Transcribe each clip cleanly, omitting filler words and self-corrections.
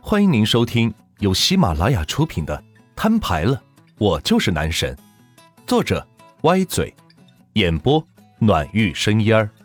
欢迎您收听由喜马拉雅出品的《摊牌了，我就是男神》，作者歪嘴，演播暖玉生烟儿。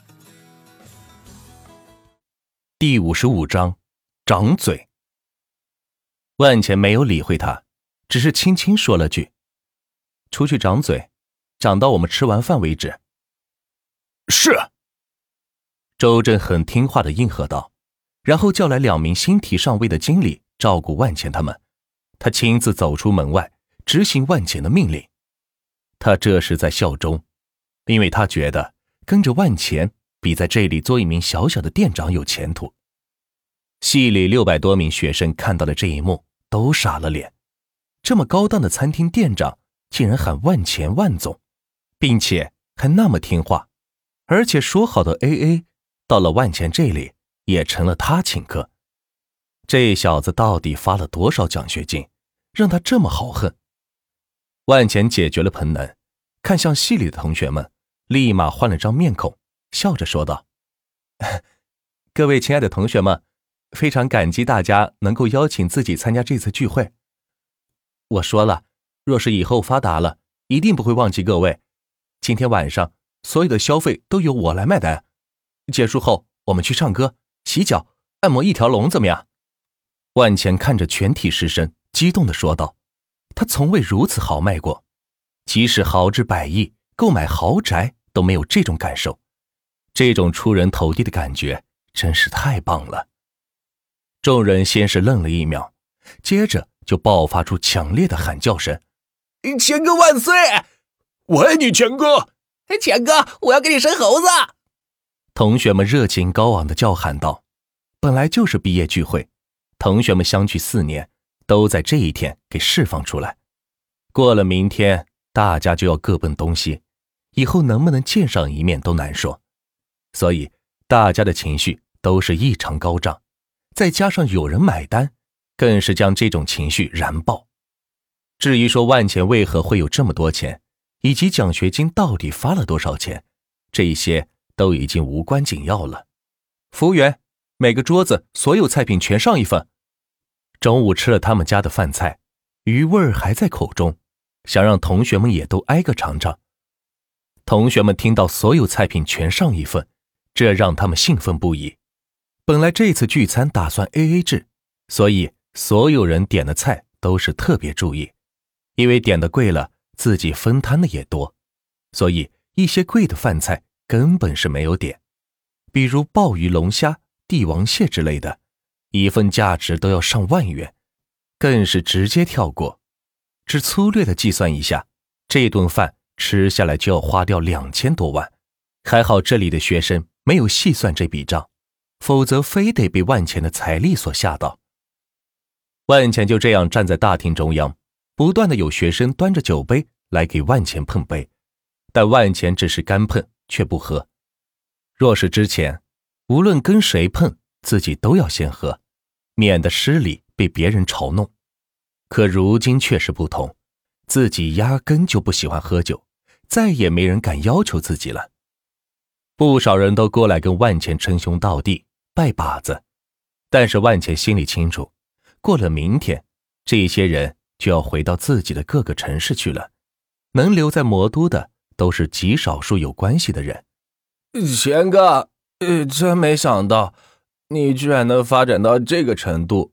第55章，长嘴。万钱没有理会他，只是轻轻说了句：“出去长嘴，长到我们吃完饭为止。” 是。 周震很听话地应和道，然后叫来2名新提上位的经理照顾万钱他们。他亲自走出门外，执行万钱的命令。他这是在效忠，因为他觉得跟着万钱比在这里做一名小小的店长有前途。系里600多名学生看到了这一幕，都傻了脸。这么高档的餐厅店长竟然喊万钱万总，并且还那么听话，而且说好的 AA 到了万钱这里也成了他请客。这小子到底发了多少奖学金，让他这么豪横？万钱解决了盆能，看向系里的同学们，立马换了张面孔，笑着说道：“各位亲爱的同学们，非常感激大家能够邀请自己参加这次聚会。我说了，若是以后发达了，一定不会忘记各位。今天晚上所有的消费都由我来买单。结束后，我们去唱歌、洗脚、按摩一条龙，怎么样？”万钱看着全体师生，激动地说道：“他从未如此豪迈过，即使豪掷100亿购买豪宅都没有这种感受。这种出人头地的感觉真是太棒了。”众人先是愣了1秒，接着就爆发出强烈的喊叫声：“ 钱哥万岁！我爱你，钱哥！ 钱哥，我要给你生猴子！” 同学们热情高昂地叫喊道。本来就是毕业聚会，同学们相聚4年，都在这一天给释放出来。过了明天，大家就要各奔东西，以后能不能见上一面都难说。所以大家的情绪都是异常高涨，再加上有人买单，更是将这种情绪燃爆。至于说万钱为何会有这么多钱，以及奖学金到底发了多少钱，这些都已经无关紧要了。服务员，每个桌子所有菜品全上1份。中午吃了他们家的饭菜，余味儿还在口中，想让同学们也都挨个尝尝。同学们听到所有菜品全上1份，这让他们兴奋不已。本来这次聚餐打算 AA 制，所以所有人点的菜都是特别注意，因为点的贵了，自己分摊的也多，所以一些贵的饭菜根本是没有点，比如鲍鱼、龙虾、帝王蟹之类的，一份价值都要上万元，更是直接跳过。只粗略的计算一下，这顿饭吃下来就要花掉2000多万。还好这里的学生没有细算这笔账，否则非得被万钱的财力所吓到。万钱就这样站在大厅中央，不断的有学生端着酒杯来给万钱碰杯，但万钱只是干碰却不喝。若是之前，无论跟谁碰，自己都要先喝，免得失礼被别人嘲弄。可如今却是不同，自己压根就不喜欢喝酒，再也没人敢要求自己了。不少人都过来跟万钱称兄道弟，拜把子，但是万钱心里清楚，过了明天，这些人就要回到自己的各个城市去了，能留在魔都的都是极少数有关系的人。 钱哥，真没想到你居然能发展到这个程度。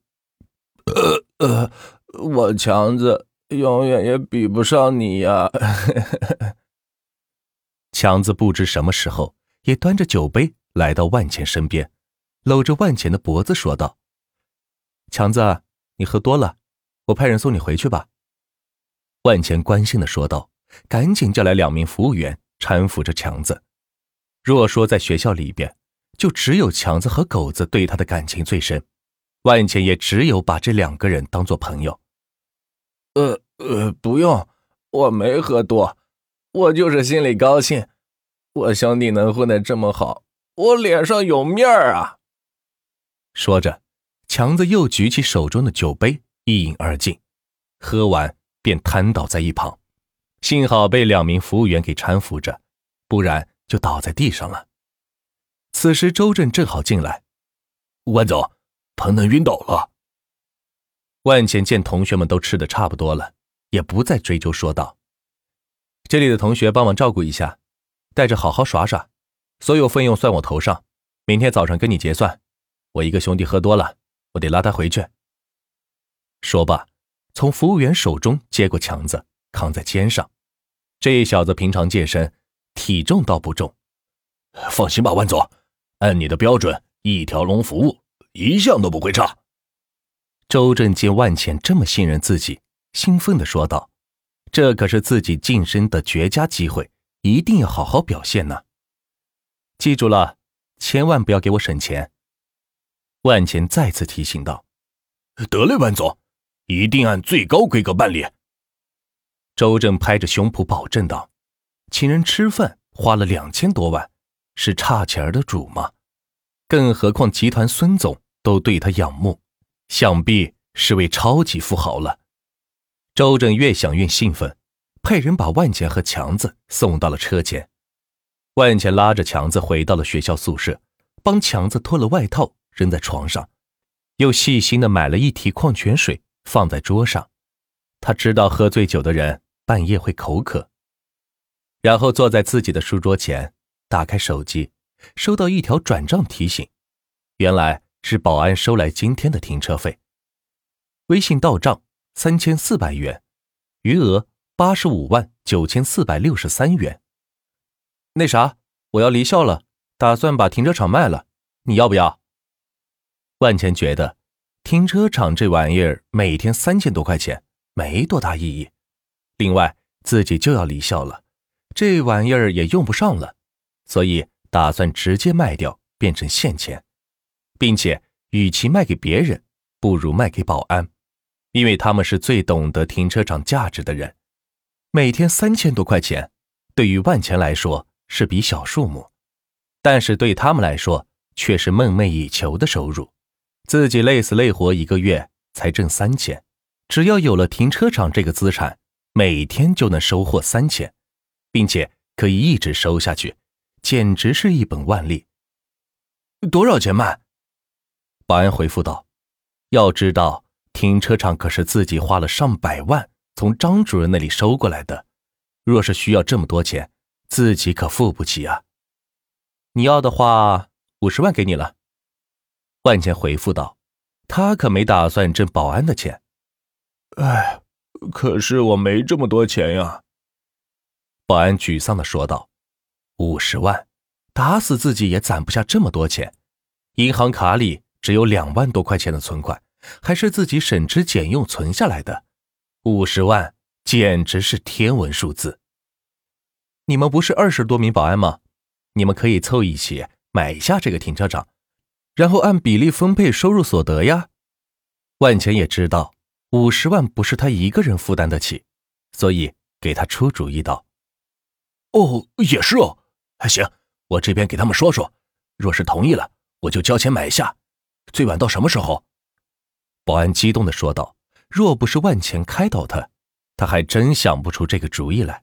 我强子永远也比不上你呀。 强子不知什么时候也端着酒杯来到万钱身边，搂着万钱的脖子说道：“强子，你喝多了，我派人送你回去吧。”万钱关心地说道，赶紧叫来2名服务员搀扶着强子。若说在学校里边，就只有强子和狗子对他的感情最深，万钱也只有把这2个人当作朋友。 不用，我没喝多，我就是心里高兴。我兄弟能混得这么好，我脸上有面儿啊。 说着，强子又举起手中的酒杯一饮而尽，喝完便瘫倒在一旁，幸好被2名服务员给搀扶着，不然就倒在地上了。此时周震正好进来：“ 万总，彭能晕倒了， 万钱见同学们都吃得差不多了，也不再追究，说道：这里的同学帮忙照顾一下，带着好好耍耍，所有费用算我头上，明天早上跟你结算。我一个兄弟喝多了，我得拉他回去。说罢，从服务员手中接过强子，扛在肩上。这小子平常健身，体重倒不重。 放心吧，万总，按你的标准，一条龙服务，一项都不会差。 周震见万钱这么信任自己，兴奋地说道：这可是自己晋升的绝佳机会，一定要好好表现呢。记住了，千万不要给我省钱。万钱再次提醒道： 得嘞，万总，一定按最高规格办理。 周震拍着胸脯保证道：请人吃饭花了2000多万，是差钱的主吗？更何况集团孙总都对他仰慕，想必是位超级富豪了。周震越想越兴奋，派人把万钱和强子送到了车前。万钱拉着强子回到了学校宿舍，帮强子脱了外套扔在床上，又细心地买了一提矿泉水放在桌上。他知道喝醉酒的人半夜会口渴。然后坐在自己的书桌前，打开手机，收到一条转账提醒，原来是保安收来今天的停车费。微信到账3400元，余额859463元。那啥，我要离校了，打算把停车场卖了，你要不要？万钱觉得停车场这玩意儿每天3000多块钱，没多大意义。另外自己就要离校了，这玩意儿也用不上了，所以打算直接卖掉，变成现钱，并且与其卖给别人，不如卖给保安，因为他们是最懂得停车场价值的人。每天3000多块钱，对于万钱来说是笔小数目，但是对他们来说却是梦寐以求的收入。自己累死累活1个月才挣3000，只要有了停车场这个资产，每天就能收获3000，并且可以一直收下去，简直是一本万利。 多少钱卖？ 保安回复道：要知道停车场可是自己花了上百万从张主任那里收过来的，若是需要这么多钱，自己可付不起啊。你要的话50万给你了。万钱回复道，他可没打算挣保安的钱。 哎，可是我没这么多钱呀。 保安沮丧地说道：50万，打死自己也攒不下这么多钱，银行卡里只有2万多块钱的存款，还是自己省吃俭用存下来的，50万简直是天文数字。你们不是20多名保安吗？你们可以凑一起买下这个停车场，然后按比例分配收入所得呀。万钱也知道50万不是他一个人负担得起，所以给他出主意道： 哦，也是哦，行，我这边给他们说说，若是同意了，我就交钱买下。最晚到什么时候？ 保安激动地说道，若不是万钱开导他，他还真想不出这个主意来。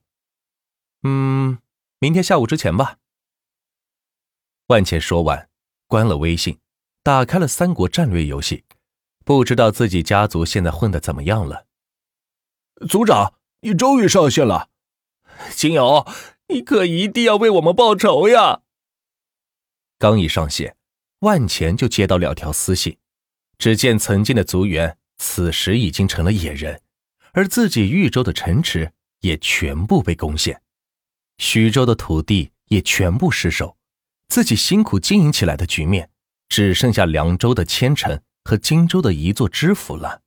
明天下午之前吧。万钱说完，关了微信，打开了三国战略游戏，不知道自己家族现在混得怎么样了。 族长，你终于上线了， 亲友，你可一定要为我们报仇呀！ 刚一上线，万钱就接到2条私信，只见曾经的族员此时已经成了野人，而自己豫州的城池也全部被攻陷，徐州的土地也全部失守，自己辛苦经营起来的局面只剩下凉州的千城和荆州的一座知府了。